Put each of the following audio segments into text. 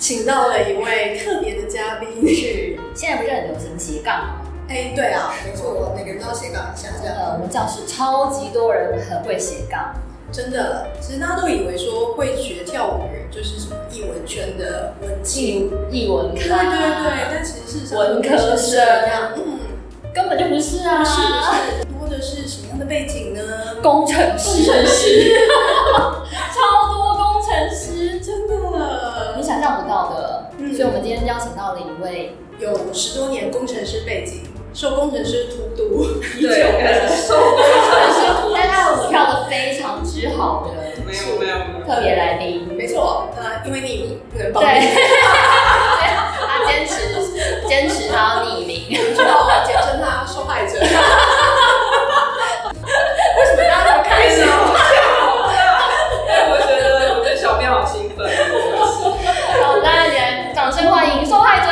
请到了一位特别的嘉宾是， 现在不是很流行斜杠吗？ 对啊，没错，每个人都要斜杠一下。 真的，我们教室超级多人很会斜杠。 真的，其实大家都以为说会学跳舞的人就是什么艺文圈的文青、 艺文咖， 对，但其实事实上文科生，根本就不是啊， 不是，多的是什么样的背景呢？ 工程师，超多工程师， 真的， 你想象不到的。所以我们今天邀请到了一位有10多年工程师背景，受工程师荼毒已久的受工程师荼毒，但他舞跳的非常之好的， 没有特别来宾， 没错，因为匿名不能报名， 对， 他坚持他要匿名， 知道我简称他受害者。为什么大家那么开心？ 我觉得小编好兴奋。 好，大家来掌声欢迎受害者。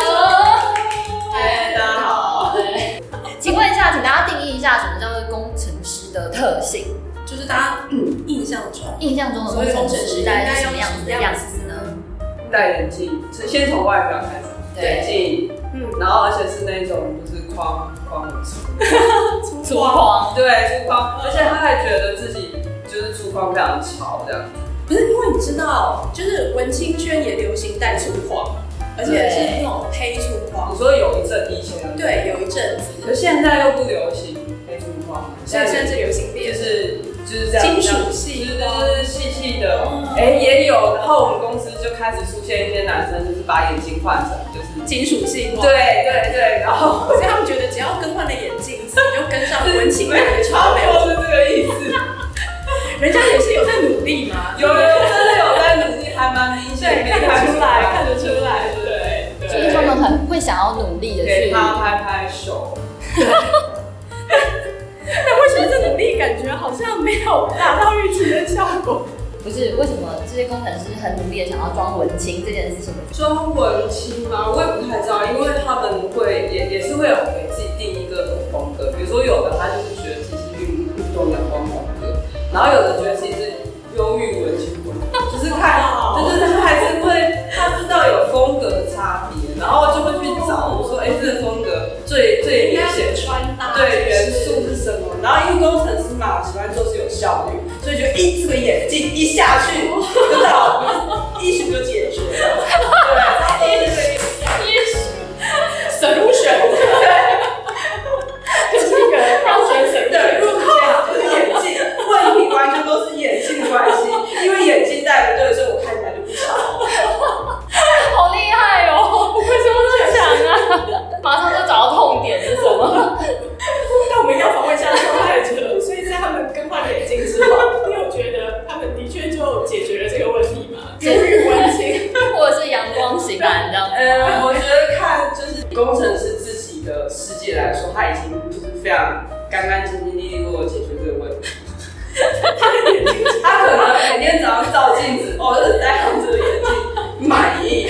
大家好。 请问一下，请大家定义一下什么叫做工程师的特性？ 就是大家印象中的工程师大概是什么样子的样子呢？ 戴眼镜，先从外表开始，眼镜，然后而且是那种就是框很粗， 粗框， 对，粗框，而且他还觉得自己就是粗框非常潮这样子。 不是，因为你知道，就是文青圈也流行戴粗框，而且是那种黑粗框。 你说有一阵以前， 对，有一阵子， 可现在又不流行黑粗框， 现在是流行变， 就是这样， 金属系， 就是细的，也有。然后我们公司就开始出现一些男生，就是把眼镜换成就是金属系， 对，然后所以他们觉得只要更换了眼镜，自己就跟上文青感的潮流， 是这个意思。 人家也是有在努力嘛， 有真的有在努力，还蛮明显， 看得出来，对， 就是他们很会想要努力的去， 给他拍手。 但为什么这努力感觉好像没有达到预期的效果？ 不是，为什么这些工程师很努力的想要装文青这件事情？ 装文青吗？我也不太知道，因为他们会也是会有给自己定一个风格，比如说有的他就是觉得自己是运动阳光风格，然后有的觉得自己是忧郁文青风格，就是看，就是他还是会他知道有风格的差别，然后就会去找说，这个风格最明显穿搭对元素是什么？然后因为工程师嘛，喜欢做事有效率，所以觉得这个眼镜一下去就到issue就解决了，对，solution， 就是一个标准solution， 对，入口就是眼镜，问题完全都是眼镜关系，因为眼镜戴不对，所以我看起来就不潮。 好厉害哦！为什么这么强啊？马上就找到痛点是什么？ 但我们要访问一下受害者，所以在他们更换眼镜之后，你有觉得他们的确就解决了这个问题吗？忧郁文青， 或者是阳光型男这样子？ 我觉得看就是工程师自己的世界来说，他已经就是非常干干净净、利利落落解决这个问题。他可能每天早上照镜子，就是戴上这个眼镜，满意。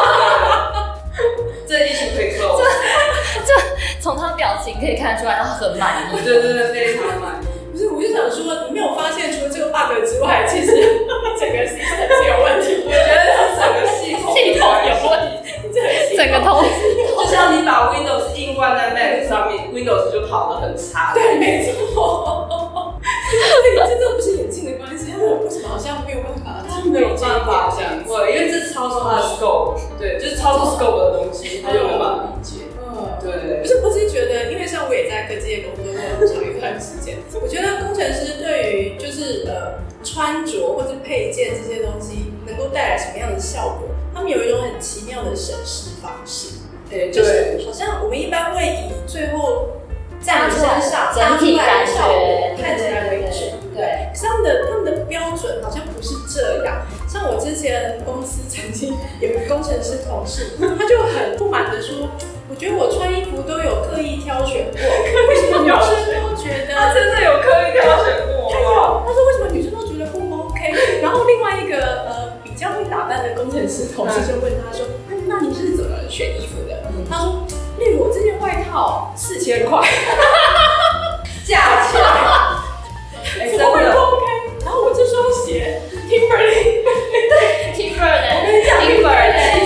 这一群可以 close。 这从他表情可以看出来，他很满意。 对，非常满意。 不是，我就想说，你没有发现除了这个 bug 之外，其实整个 system 是有问题。 我觉得是整个系统有问题，整个头， 就像你把 Windows 硬灌在 Mac 上面 ，Windows 就跑得很差。 对，没错。这真的不是眼镜的关系，他们为什么好像没有办法？ 没有办法这样，对，因为这超出他的 scope， 对，就是超出 scope 的东西，他就没办法理解。对， 不是，我只是觉得，因为像我也在科技业工作过很长一段时间，我觉得工程师对于就是穿着或者配件这些东西能够带来什么样的效果，他们有一种很奇妙的审视方式。对，就是好像我们一般会以最后在你身上整体感觉看起来为主，对。可是他们的标准好像不是这样。像我之前公司曾经有个工程师同事，他就很不满的说，我觉得我穿衣服都有刻意挑选过，为什么女生都觉得他真的有刻意挑选过吗？ 他说为什么女生都觉得不 OK？ 然后另外一个比较会打扮的工程师同事就问他说，那你是怎么选衣服的？他说，例如我这件外套4000块， 价钱， 怎么会不 OK？ 然后我这双鞋 Timberland， 对 Timberland，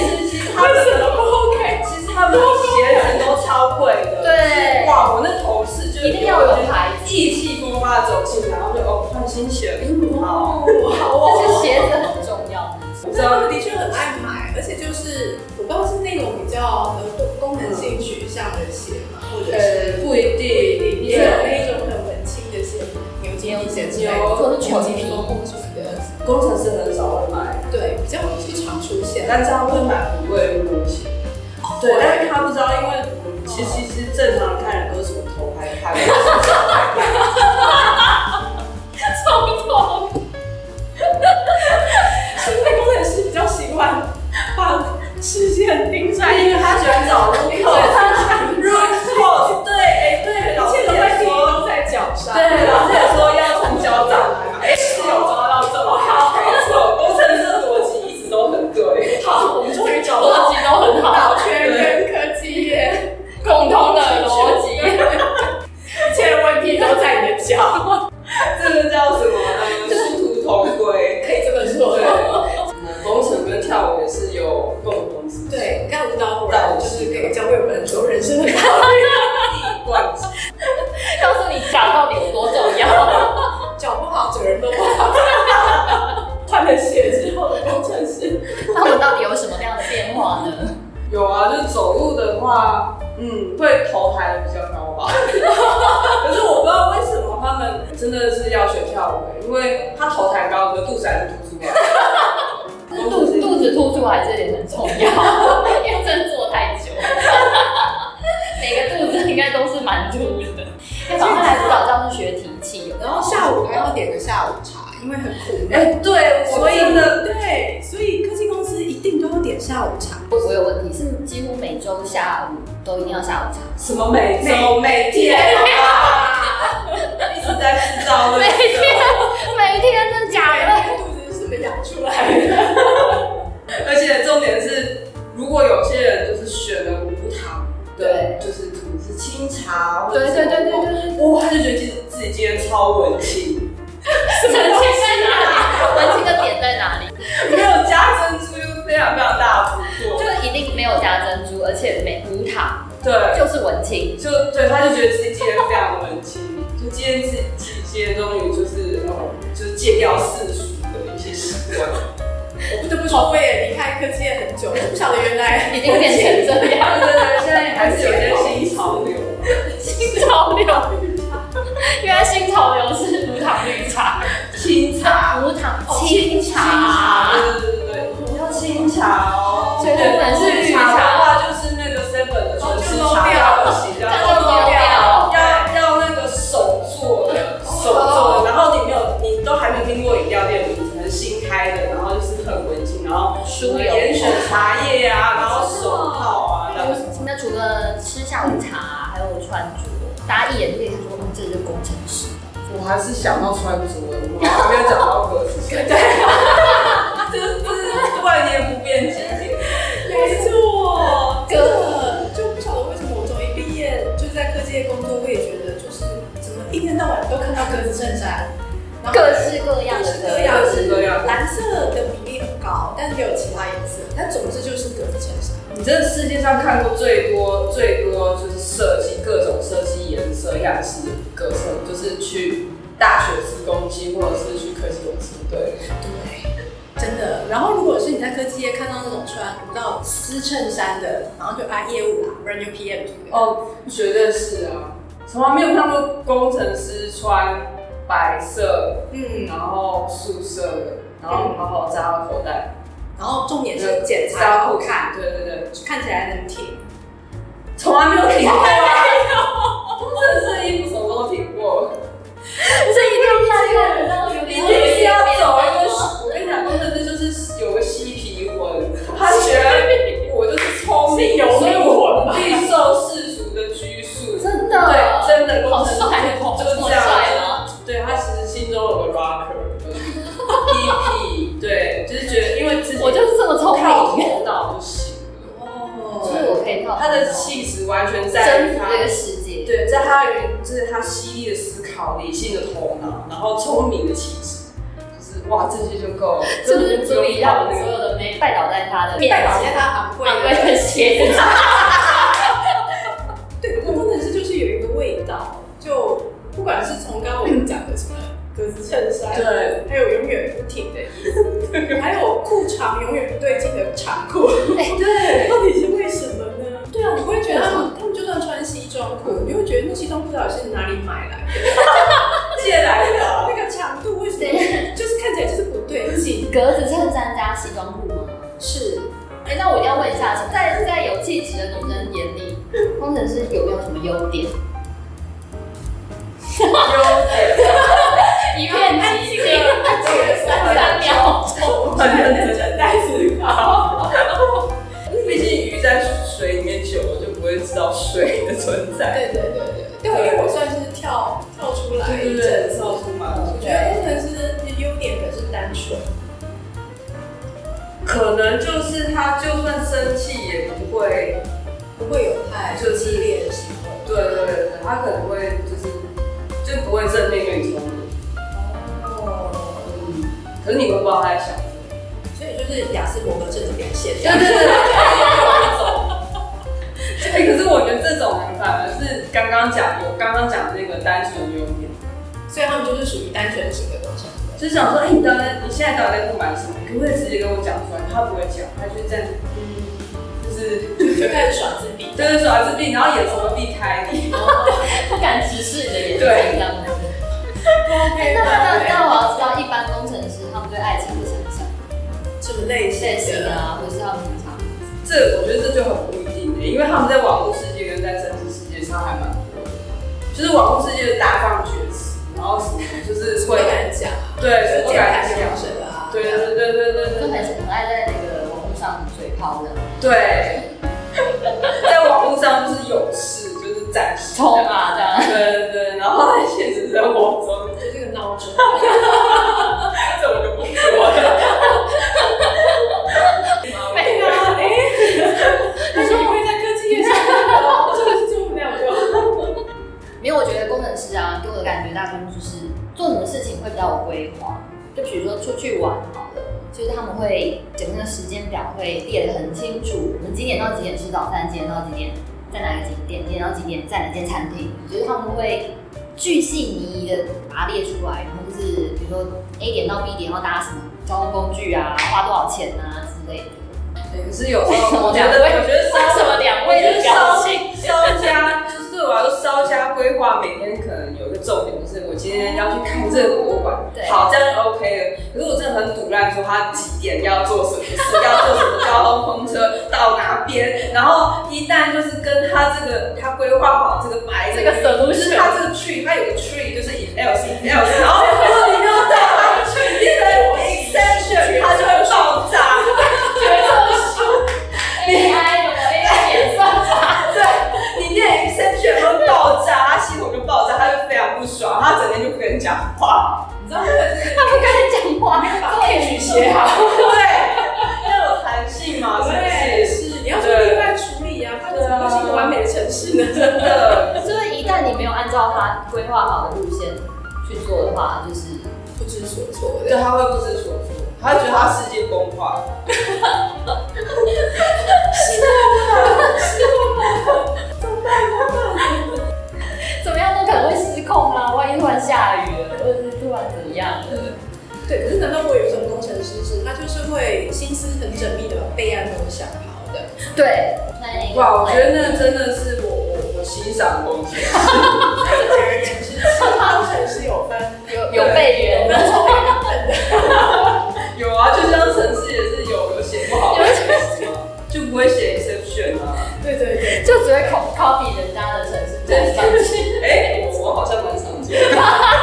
很爱买，而且就是我不知道是那种比较功能性取向的鞋嘛，或者是不一定， 也有那种很文青的鞋，牛津皮鞋之类的， 或者是球皮什么的。 工程师很少会买， 对，比较不常出现， 但是他会买不贵的东西。对，但是他不知道，因为其实正常人看人都是什么头拍看， 超痛。 现在工程师比较喜欢把视线盯在， 因为他喜欢找路口，他入口，对，对，老师也说在脚上， 对，老师也说要从脚掌来，是有抓到这么好，没错，工程师的逻辑一直都很对。 好，我们终于找逻到辑都很好， 全人科技业共通的逻辑， 一切的问题都在你的脚。 这个叫什么？殊途同归， 可以这么说。 对，工程跟跳舞也是有共同之处。 对，干舞蹈忽然就是可以教会我们走人生的道理， 一以贯之。 告诉你脚到底有多重要。 脚不好，整人都不好。换了鞋之后的工程师， 那我们到底有什么样的变化呢？ 有啊，就是走路的话，会头抬的比较高吧。可是我不知道为什么他们真的是要学跳舞，因为他头抬高，可是肚子还是凸出来。 肚子凸出来这点很重要，因为真的坐太久，每个肚子应该都是蛮凸的。因为早上来舞蹈教室学提气， 然后下午还要点个下午茶，因为很苦闷。对， 所以科技公司一定都要点下午茶。 我有问题是几乎每周下午都一定要下午茶。 什么每周每天啊？一直在制造每天真的假的？ 肚子是怎么养出来的？ 而且重点是，如果有些人就是选了无糖， 对， 就是可能是清茶，或对， 他就觉得自己今天超文青。 文青在哪里？文青的点在哪里？ 没有加珍珠，又非常非常大的突破， 就是一定没有加珍珠，而且无糖， 对， 就是文青。 对，他就觉得自己今天非常的文青，就今天终于就是戒掉世俗的一些习惯。 我不得不说，我也离开科技业很久，我不晓得原来已经变成这样。 对，现在还是有些新潮流。 新潮流，原来新潮流是无糖绿茶、 清茶、 无糖清茶。 对，要清茶哦。 所以日本是绿茶的话，就是那个 7的纯吃茶不行，要那个手做的，然后你都还没听过饮料店的名字，是新开的，然后就是很文青，然后严选茶叶啊，然后手套啊，这样。 那除了吃下午茶，还有穿着，大家一眼就可以看出，这是工程师。 我还是想到穿着，我还没有讲到格子衫。对，这是万年不变经典。 没错，真的就不晓得为什么我从一毕业就是在科技业工作，我也觉得就是怎么一天到晚都看到格子衬衫， 各式各样的， 蓝色的比例很高，但是也有其他颜色，但总之就是格子衬衫。 你这世界上看过最多就是设计各种设计颜色样式的课程，就是去大学施工系或者是去科技公司，对， 真的。然后如果是你在科技业看到那种穿不到丝衬衫的，然后就业务啦，不然就 PM 组的。 哦，绝对是啊，从来没有看过工程师穿白色，然后素色的，然后好好扎到口袋。 然后重点是剪裁好看， 对， 看起来很挺， 从来没有挺过啊！工程师衣服什么都挺过， 这一定要烂的，然后一定是要走一个。我跟你讲，工程师就是有个嬉皮魂，他觉得我就是聪明，所以我不必受世俗的拘束。 真的， 对，真的工程师就是这样吗？ 对，他其实心中有个 rocker。对，就是觉得，因为自己我就是这么聪明， 靠头脑就行了。 哦，所以我可以靠他的气质完全在于他征服这个世界。 对，在就是他犀利的思考、理性的头脑，然后聪明的气质，就是哇，这些就够了， 是不是足以让所有的妹拜倒在他的昂贵的鞋子上？ 对，工程师就是有一个味道，就不管是从刚刚我们讲的什么格子衬衫， 对， 还有永远不停的衣服， 还有裤长永远不对劲的长裤， 对， 到底是为什么呢？对啊，你会觉得他们就算穿西装裤，你会觉得那西装裤到底是哪里买来的？ 借来的那个长度为什么就是看起来就是不对劲？ 格子衬衫加西装裤吗？ 是。 那我一定要问一下，在有气质的女生眼里，工程师有没有什么优点？一片寂静，3秒钟， 很认真在思考。 毕竟鱼在水里面久了，就不会知道水的存在。 对，因为我算是跳出来一阵， 跳出来。 我觉得工程师的优点可是单纯。 可能就是他就算生气也不会有太激烈的行为。 对，他可能会就不会正面跟你冲突。可是你会不知道他在想什么。 所以就是亚斯伯格症的表现。 对。可是我觉得这种人反而是刚刚讲的那个单纯优点。 所以他们就是属于单纯型的工程师。 就是想说，你现在到底在不满什么？可不可以直接跟我讲出来？他不会讲，他就这样， 就开始耍自闭， 对，耍自闭，然后眼神会避开你， 不敢直视你的眼睛，这样子。那我要知道，一般工程师他们对爱情的想象， 什么类型啊，或者是他们平常， 我觉得这就很不一定因为他们在网络世界跟在真实世界差还蛮多的，就是网络世界的大放厥词。然后什么就是会不敢讲， 对，不敢讲啊， 对， 就很爱在那个网络上嘴炮的， 对，在网络上就是有事就是暂时冲啊这样， 对，然后在现实生活中就是个孬种， 这我就不说了。 没有你说你会在科技业上班吗？这个是做不了的。 没有，我觉得工程师啊，给我的感觉大部分就是做什么事情会比较有规划。就比如说出去玩好了，就是他们会整个时间表会列得很清楚，我们几点到几点吃早餐，几点到几点在哪个景点，几点到几点在哪间餐厅，就是他们会巨细靡遗的把它列出来，然后就是比如说 A 点到 B 点要搭什么交通工具啊，花多少钱啊之类的。 可是有时候我觉得什么两位的表情， 稍加就是对我来说稍加规划，每天可能有一个重点，就是我今天要去看这个博物馆，好，这样就 OK 了。可是我真的很赌烂，说他几点要做什么事，要坐什么交通公车到哪边，然后一旦就是跟他规划好这个白这个 solution， 就是他这个 tree， 他有个 tree 就是 if else， 然后如果你没有带他去变成 extension， 它就会爆炸。 AI 有 AI 演算法， 对，你念 exception 会爆炸，他系统就爆炸，他就非常不爽，他整天就不跟人讲话。 你知道这个是他不跟人讲话， 没有把 pitch 写好， 对，要有弹性嘛， 对，是你要去另外处理啊，不然怎么会是一个完美的城市呢？ 真的， 就是一旦你没有按照他规划好的路线去做的话，就是不知所措。 对，他会不知所措，他会觉得他世界崩坏。 怎么样都可能会失控啊！万一突然下雨了，或者是突然怎么样了？ 对，可是难道我有一种工程师是他就是会心思很缜密的把备案都想好的？ 对， 哇，我觉得那真的是我欣赏工程师。 工程师有分有备员的， 有啊，就像程式也是有写不好的，就不会写 exception 啊。 对， 就只会 copy 人家的程式。 对，我好像蛮常见的。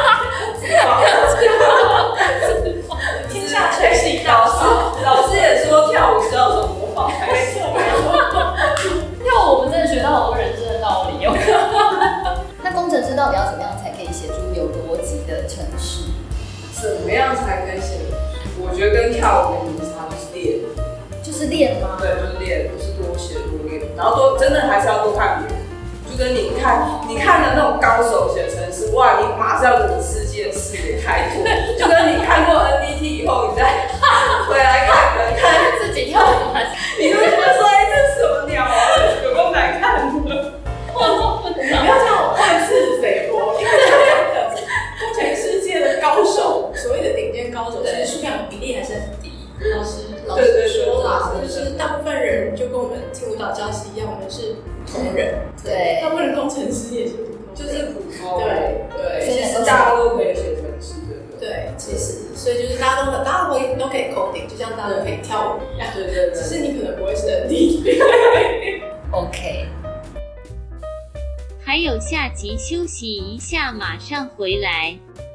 天下吹是老师也说跳舞是要从模仿开始。 跳舞我们真的学到好多人生的道理哦。那工程师到底要怎么样才可以写出有逻辑的程式？ 怎么样才可以写？我觉得跟跳舞没什么差，就是练。 就是练吗？ 对，就是练，就是多写多练，然后真的还是要多看别人。就跟你看的那种高手写程式，哇，你马上你世界视野开拓。就跟你看过 NDT 以后，你再回来看自己跳舞还是？ 你会觉得说，这是什么鸟啊？有够难看的。 你不要这样妄自菲薄，因为工程世界的高手，所谓的顶尖高手，其实数量比例还是很低。 我们听舞蹈教室一样，我们是普通人， 对， 大部分普通人工程师也是普通人， 就是普通， 对对， 其实大家都可以写程式的。 对，其实所以就是大家都可以 coding， 就像大家都可以跳舞一样。 对对对， 只是你可能不会是能力。 OK。 还有下集休息一下，马上回来。